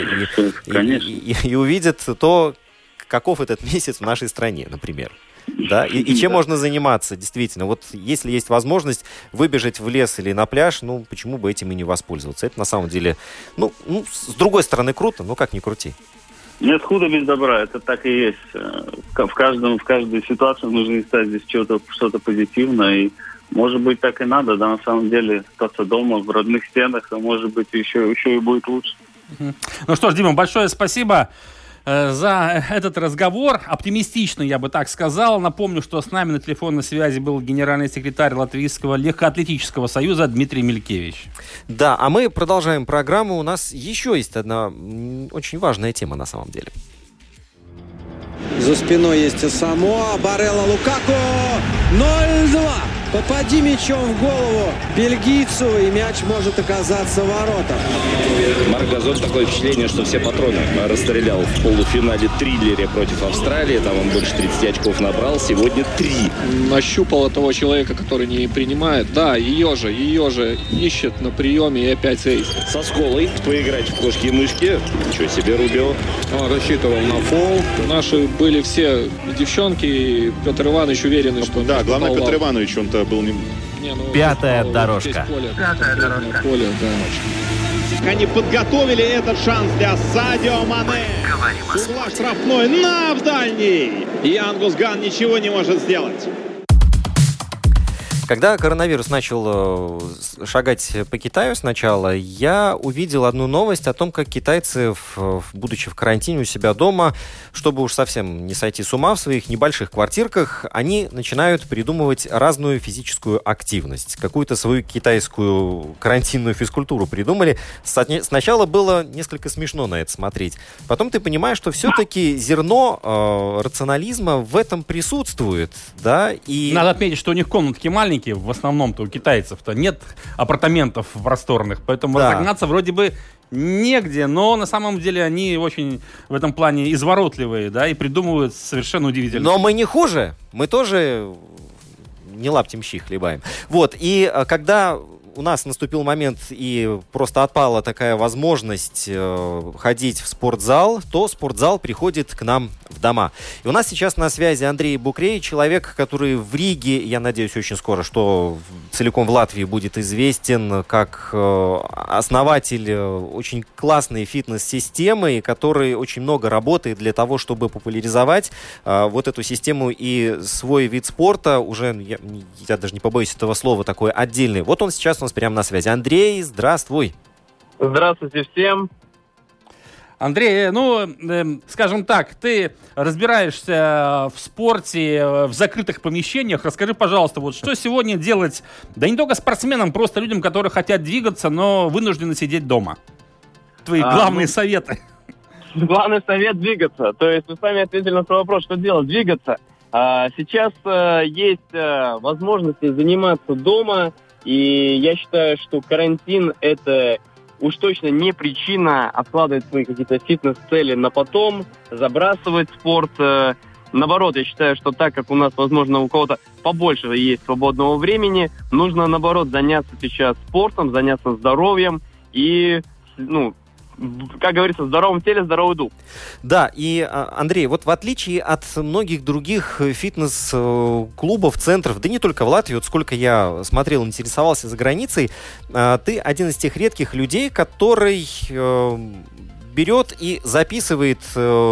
[SPEAKER 4] и увидят то, каков этот месяц в нашей стране, например. Да? И чем можно заниматься, действительно. Вот если есть возможность выбежать в лес или на пляж, ну, почему бы этим и не воспользоваться? Это на самом деле, с другой стороны, круто, но как ни крути.
[SPEAKER 11] Нет худа без добра, это так и есть. В каждой ситуации нужно искать здесь что-то позитивное, и может быть так и надо, да, на самом деле, остаться дома, в родных стенах, а может быть еще и будет лучше.
[SPEAKER 3] Ну что ж, Дима, большое спасибо за этот разговор. Оптимистичный, я бы так сказал. Напомню, что с нами на телефонной связи был генеральный секретарь Латвийского легкоатлетического союза Дмитрий Милькевич.
[SPEAKER 4] Да, а мы продолжаем программу. У нас еще есть одна очень важная тема на самом деле.
[SPEAKER 10] За спиной есть Самоа, Барелла, Лукаку. 0-2. Попади мячом в голову бельгийцу, и мяч может оказаться в воротах.
[SPEAKER 12] Марк Газон, такое впечатление, что все патроны расстрелял в полуфинале Триллере против Австралии. Там он больше 30 очков набрал, сегодня 3.
[SPEAKER 13] Нащупал того человека, который не принимает. Да, ее же ищет на приеме и опять эйс.
[SPEAKER 12] Со Сколой поиграть в кошки-мышки. Ничего себе, Рубио.
[SPEAKER 13] Он рассчитывал на фол. Наши были все девчонки, и Петр Иванович уверенный, что...
[SPEAKER 7] Да, главное, Петр Иванович, он-то был не...
[SPEAKER 2] Пятая дорожка.
[SPEAKER 13] Пятая дорожка. Поле, да.
[SPEAKER 14] Они подготовили этот шанс для Садио Мане. С угла штрафной в дальний. И Ангус Ган ничего не может сделать.
[SPEAKER 4] Когда коронавирус начал шагать по Китаю сначала, я увидел одну новость о том, как китайцы, будучи в карантине у себя дома, чтобы уж совсем не сойти с ума в своих небольших квартирках, они начинают придумывать разную физическую активность. Какую-то свою китайскую карантинную физкультуру придумали. Сначала было несколько смешно на это смотреть. Потом ты понимаешь, что все-таки зерно рационализма в этом присутствует. Да? И...
[SPEAKER 3] Надо отметить, что у них комнатки маленькие. В основном-то у китайцев-то нет апартаментов просторных, поэтому разогнаться вроде бы негде, но на самом деле они очень в этом плане изворотливые, да, и придумывают совершенно удивительно.
[SPEAKER 4] Но мы не хуже, мы тоже не лаптем щи хлебаем. Вот, и когда у нас наступил момент и просто отпала такая возможность ходить в спортзал, то спортзал приходит к нам в дома. И у нас сейчас на связи Андрей Букрей, человек, который в Риге, я надеюсь, очень скоро, что целиком в Латвии будет известен как основатель очень классной фитнес-системы, который очень много работает для того, чтобы популяризовать вот эту систему и свой вид спорта, уже, я даже не побоюсь этого слова, такой отдельный. Вот он сейчас у нас прямо на связи. Андрей, здравствуй.
[SPEAKER 15] Здравствуйте всем.
[SPEAKER 3] Андрей, скажем так, ты разбираешься в спорте, в закрытых помещениях. Расскажи, пожалуйста, вот что сегодня делать, да не только спортсменам, просто людям, которые хотят двигаться, но вынуждены сидеть дома? Твои главные советы.
[SPEAKER 15] Главный совет – двигаться. То есть вы сами ответили на свой вопрос, что делать? Двигаться. Сейчас есть возможности заниматься дома, и я считаю, что карантин – это уж точно не причина откладывать свои какие-то фитнес-цели на потом, забрасывать спорт. Наоборот, я считаю, что так как у нас, возможно, у кого-то побольше есть свободного времени, нужно, наоборот, заняться сейчас спортом, заняться здоровьем и, как говорится, в здоровом теле здоровый дух.
[SPEAKER 4] Да, и, Андрей, вот в отличие от многих других фитнес-клубов, центров, да не только в Латвии, вот сколько я смотрел, интересовался за границей, ты один из тех редких людей, который берет и записывает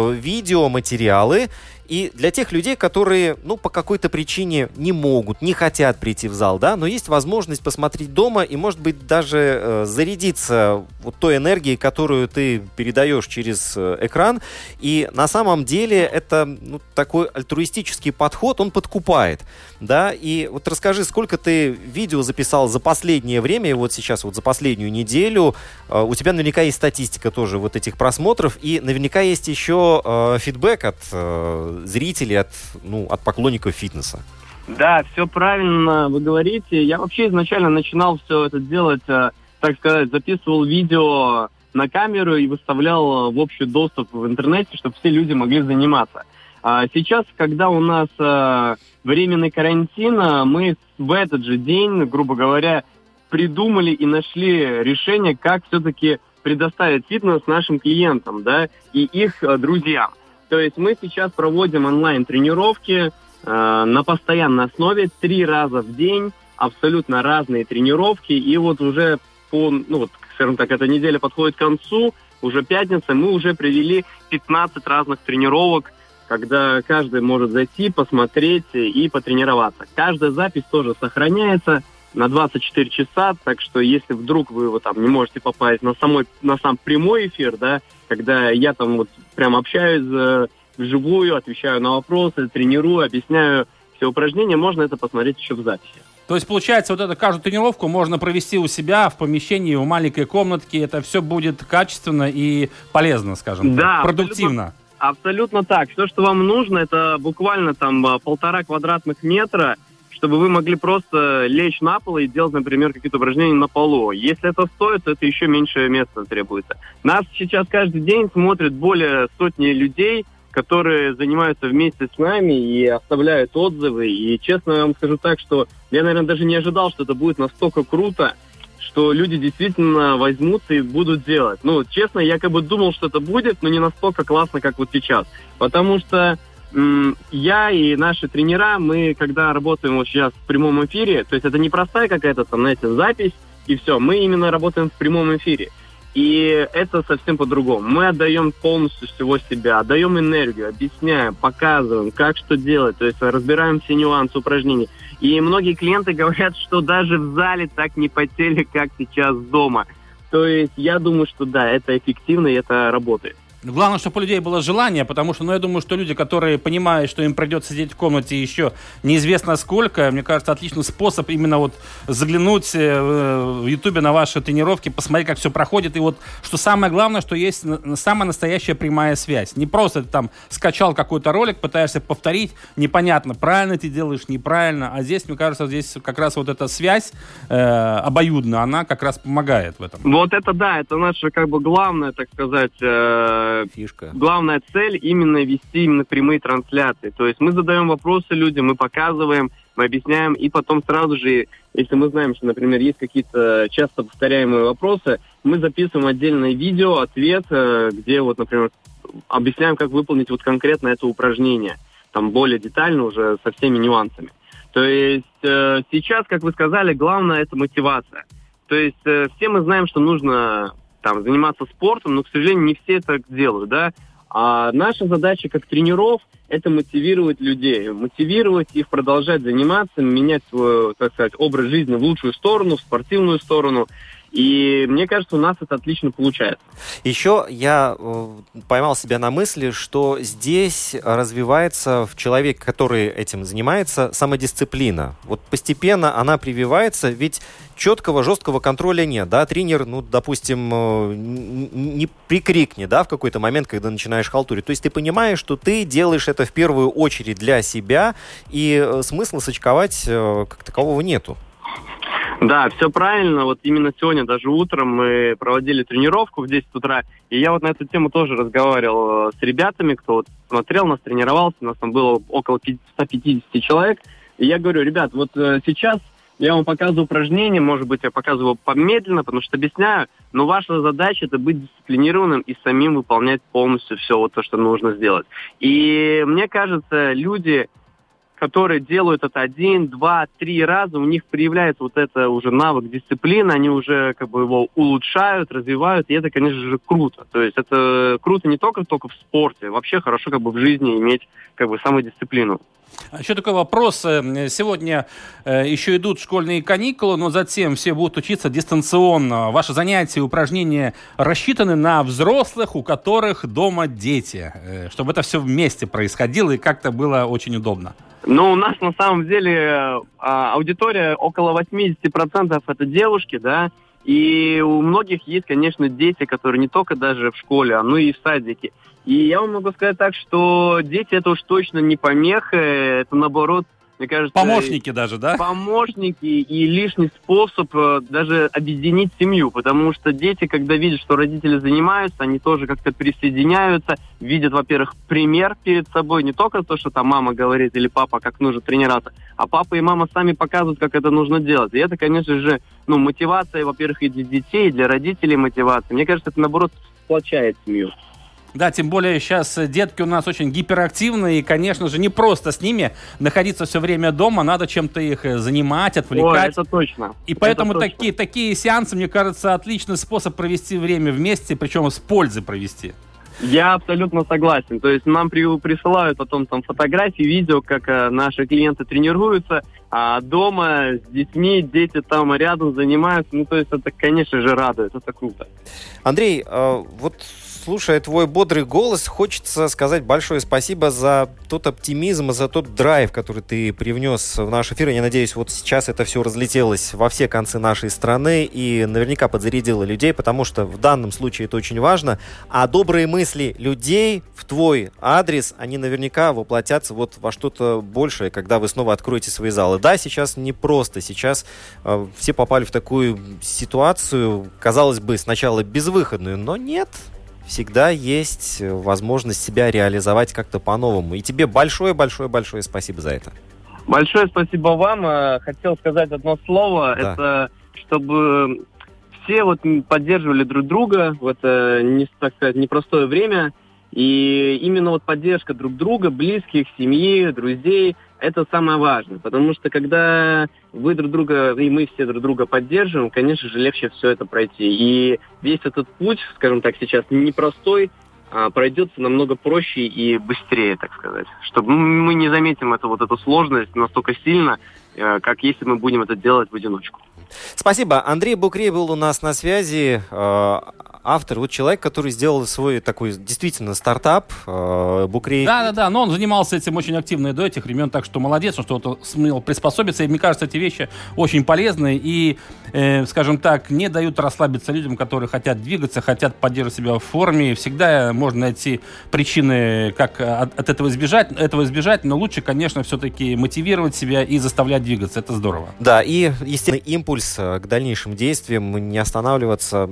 [SPEAKER 4] видеоматериалы. И для тех людей, которые, по какой-то причине не могут, не хотят прийти в зал, да, но есть возможность посмотреть дома и, может быть, даже зарядиться вот той энергией, которую ты передаешь через экран. И на самом деле это такой альтруистический подход, он подкупает, да. И вот расскажи, сколько ты видео записал за последнее время, и вот сейчас вот за последнюю неделю. У тебя наверняка есть статистика тоже вот этих просмотров, и наверняка есть еще фидбэк от зрителей, от поклонников фитнеса.
[SPEAKER 15] Да, все правильно вы говорите. Я вообще изначально начинал все это делать, так сказать, записывал видео на камеру и выставлял в общий доступ в интернете, чтобы все люди могли заниматься. Сейчас, когда у нас временный карантин, мы в этот же день, грубо говоря, придумали и нашли решение, как все-таки предоставить фитнес нашим клиентам, да, и их друзьям. То есть мы сейчас проводим онлайн-тренировки на постоянной основе 3 раза в день, абсолютно разные тренировки. И вот уже скажем так, эта неделя подходит к концу, уже пятница, мы уже провели 15 разных тренировок, когда каждый может зайти, посмотреть и потренироваться. Каждая запись тоже сохраняется на 24 часа, так что если вдруг вы не можете попасть на сам прямой эфир, да, когда я там прям общаюсь вживую, отвечаю на вопросы, тренирую, объясняю все упражнения, можно это посмотреть еще в записи.
[SPEAKER 3] То есть, получается, каждую тренировку можно провести у себя в помещении, в маленькой комнатке, это все будет качественно и полезно, скажем так, продуктивно.
[SPEAKER 15] Абсолютно так. Все, что вам нужно, это буквально 1,5 квадратных метра, чтобы вы могли просто лечь на пол и делать, например, какие-то упражнения на полу. Если это стоит, то это еще меньше места требуется. Нас сейчас каждый день смотрит более 100 людей, которые занимаются вместе с нами и оставляют отзывы. И честно я вам скажу так, что я, наверное, даже не ожидал, что это будет настолько круто, что люди действительно возьмутся и будут делать. Честно, я думал, что это будет, но не настолько классно, как вот сейчас. Потому что я и наши тренера, мы когда работаем вот сейчас в прямом эфире, то есть это не простая какая-то запись, и все, мы именно работаем в прямом эфире. И это совсем по-другому. Мы отдаем полностью всего себя, отдаем энергию, объясняем, показываем, как что делать, то есть разбираем все нюансы упражнений. И многие клиенты говорят, что даже в зале так не потели, как сейчас дома. То есть я думаю, что да, это эффективно и это работает.
[SPEAKER 3] Главное, чтобы у людей было желание, потому что, я думаю, что люди, которые понимают, что им придется сидеть в комнате еще неизвестно сколько, мне кажется, отличный способ именно заглянуть в Ютубе на ваши тренировки, посмотреть, как все проходит. И что самое главное, что есть самая настоящая прямая связь. Не просто ты скачал какой-то ролик, пытаешься повторить, непонятно, правильно ты делаешь, неправильно. А здесь, мне кажется, здесь как раз эта связь обоюдная, она как раз помогает в этом.
[SPEAKER 15] Вот это да, это наше главное, так сказать,
[SPEAKER 4] фишка.
[SPEAKER 15] Главная цель именно вести именно прямые трансляции. То есть мы задаем вопросы людям, мы показываем, мы объясняем, и потом сразу же, если мы знаем, что, например, есть какие-то часто повторяемые вопросы, мы записываем отдельное видео, ответ, где вот, например, объясняем, как выполнить вот конкретно это упражнение, там более детально уже со всеми нюансами. То есть сейчас, как вы сказали, главное это мотивация. То есть все мы знаем, что нужно там заниматься спортом, но, к сожалению, не все так делают, да. А наша задача как тренеров – это мотивировать людей, мотивировать их продолжать заниматься, менять свой, так сказать, образ жизни в лучшую сторону, в спортивную сторону. И мне кажется, у нас это отлично получается.
[SPEAKER 4] Еще я поймал себя на мысли, что здесь развивается в человеке, который этим занимается, самодисциплина. Вот постепенно она прививается, ведь четкого, жесткого контроля нет, да, тренер, ну, допустим, не прикрикнет, да, в какой-то момент, когда начинаешь халтурить. То есть ты понимаешь, что ты делаешь это в первую очередь для себя, и смысла сочковать как такового нету.
[SPEAKER 15] Да, все правильно. Вот именно сегодня, даже утром, мы проводили тренировку в 10 утра, и я вот на эту тему тоже разговаривал с ребятами, кто вот смотрел нас, тренировался, у нас там было около 150 человек, и я говорю, ребят, вот сейчас я вам показываю упражнения, может быть, я показываю помедленно, потому что объясняю, но ваша задача это быть дисциплинированным и самим выполнять полностью все вот то, что нужно сделать. И мне кажется, люди, которые делают это 1, 2, 3 раза, у них проявляется вот это уже навык дисциплины, они уже как бы его улучшают, развивают, и это, конечно же, круто. То есть это круто не только в спорте, вообще хорошо как бы в жизни иметь как бы самодисциплину.
[SPEAKER 3] Еще такой вопрос. Сегодня еще идут школьные каникулы, но затем все будут учиться дистанционно. Ваши занятия и упражнения рассчитаны на взрослых, у которых дома дети, чтобы это все вместе происходило и как-то было очень удобно.
[SPEAKER 15] Ну, у нас на самом деле аудитория около 80% это девушки, да, и у многих есть, конечно, дети, которые не только даже в школе, но и в садике. И я вам могу сказать так, что дети это уж точно не помеха, это наоборот, мне кажется...
[SPEAKER 3] Помощники даже, да?
[SPEAKER 15] Помощники и лишний способ даже объединить семью, потому что дети, когда видят, что родители занимаются, они тоже как-то присоединяются, видят, во-первых, пример перед собой, не только то, что там мама говорит или папа, как нужно тренироваться, а папа и мама сами показывают, как это нужно делать. И это, конечно же, мотивация, во-первых, и для детей, и для родителей мотивация. Мне кажется, это, наоборот, сплочает семью.
[SPEAKER 3] Да, тем более сейчас детки у нас очень гиперактивные, и, конечно же, не просто с ними находиться все время дома, надо чем-то их занимать, отвлекать.
[SPEAKER 15] Ой, это точно.
[SPEAKER 3] И поэтому такие сеансы, мне кажется, отличный способ провести время вместе, причем с пользой провести.
[SPEAKER 15] Я абсолютно согласен. То есть нам присылают потом там фотографии, видео, как наши клиенты тренируются, а дома с детьми, дети там рядом занимаются. Ну, то есть это, конечно же, радует, это круто.
[SPEAKER 4] Андрей, вот слушая твой бодрый голос, хочется сказать большое спасибо за тот оптимизм и за тот драйв, который ты привнес в наш эфир. Я надеюсь, вот сейчас это все разлетелось во все концы нашей страны и наверняка подзарядило людей, потому что в данном случае это очень важно. А добрые мысли людей в твой адрес, они наверняка воплотятся вот во что-то большее, когда вы снова откроете свои залы. Да, сейчас непросто, сейчас все попали в такую ситуацию, казалось бы, сначала безвыходную, но нет. Всегда есть возможность себя реализовать как-то по-новому. И тебе большое-большое-большое спасибо за это.
[SPEAKER 15] Большое спасибо вам. Хотел сказать одно слово. Да. Это чтобы все вот поддерживали друг друга в это, так сказать, непростое время. И именно вот поддержка друг друга, близких, семьи, друзей, это самое важное. Потому что когда вы друг друга, и мы все друг друга поддерживаем, конечно же, легче все это пройти. И весь этот путь, скажем так, сейчас непростой, пройдется намного проще и быстрее, так сказать. Чтобы мы не заметим эту сложность настолько сильно, как если мы будем это делать в одиночку.
[SPEAKER 4] Спасибо. Андрей Букрей был у нас на связи. Автор, вот человек, который сделал свой такой действительно стартап, Букрей.
[SPEAKER 3] Да, но он занимался этим очень активно и до этих времен, так что молодец, он что-то сумел приспособиться. И мне кажется, эти вещи очень полезны и, скажем так, не дают расслабиться людям, которые хотят двигаться, хотят поддерживать себя в форме. Всегда можно найти причины, как от этого избежать, но лучше, конечно, все-таки мотивировать себя и заставлять двигаться. Это здорово.
[SPEAKER 4] Да, и, естественно, импульс к дальнейшим действиям, не останавливаться.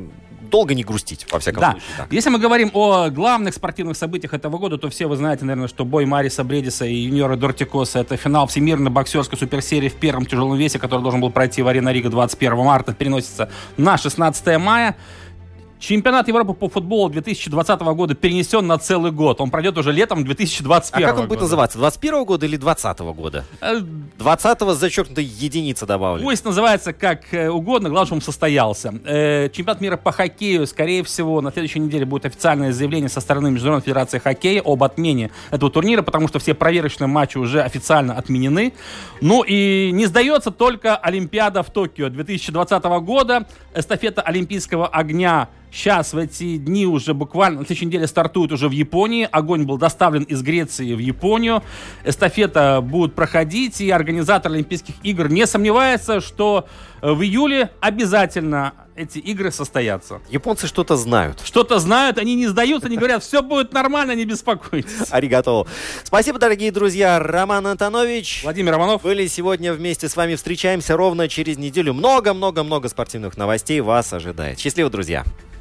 [SPEAKER 4] долго не грустить, во всяком случае. Да.
[SPEAKER 3] Если мы говорим о главных спортивных событиях этого года, то все вы знаете, наверное, что бой Мариса Бредиса и юниора Дортикоса — это финал Всемирной боксерской суперсерии в первом тяжелом весе, который должен был пройти в Арена Рига 21 марта, переносится на 16 мая. Чемпионат Европы по футболу 2020 года перенесен на целый год. Он пройдет уже летом 2021 года.
[SPEAKER 4] А как он будет называться? 21 года или 20 года? 20-го с зачеркнутой единицы добавили.
[SPEAKER 3] Пусть называется как угодно, главное, чтобы он состоялся. Чемпионат мира по хоккею, скорее всего, на следующей неделе будет официальное заявление со стороны Международной федерации хоккея об отмене этого турнира, потому что все проверочные матчи уже официально отменены. Ну и не сдается только Олимпиада в Токио 2020 года. Эстафета Олимпийского огня сейчас, в эти дни уже буквально, на следующей неделе стартует уже в Японии. Огонь был доставлен из Греции в Японию. Эстафета будет проходить, и организатор Олимпийских игр не сомневается, что в июле обязательно эти игры состоятся.
[SPEAKER 4] Японцы что-то знают.
[SPEAKER 3] Что-то знают, они не сдаются, они говорят, все будет нормально, не беспокойтесь.
[SPEAKER 4] Аригато. Спасибо, дорогие друзья. Роман Антонович.
[SPEAKER 3] Владимир Романов.
[SPEAKER 4] Были сегодня вместе с вами. Встречаемся ровно через неделю. Много-много-много спортивных новостей вас ожидает. Счастливо, друзья.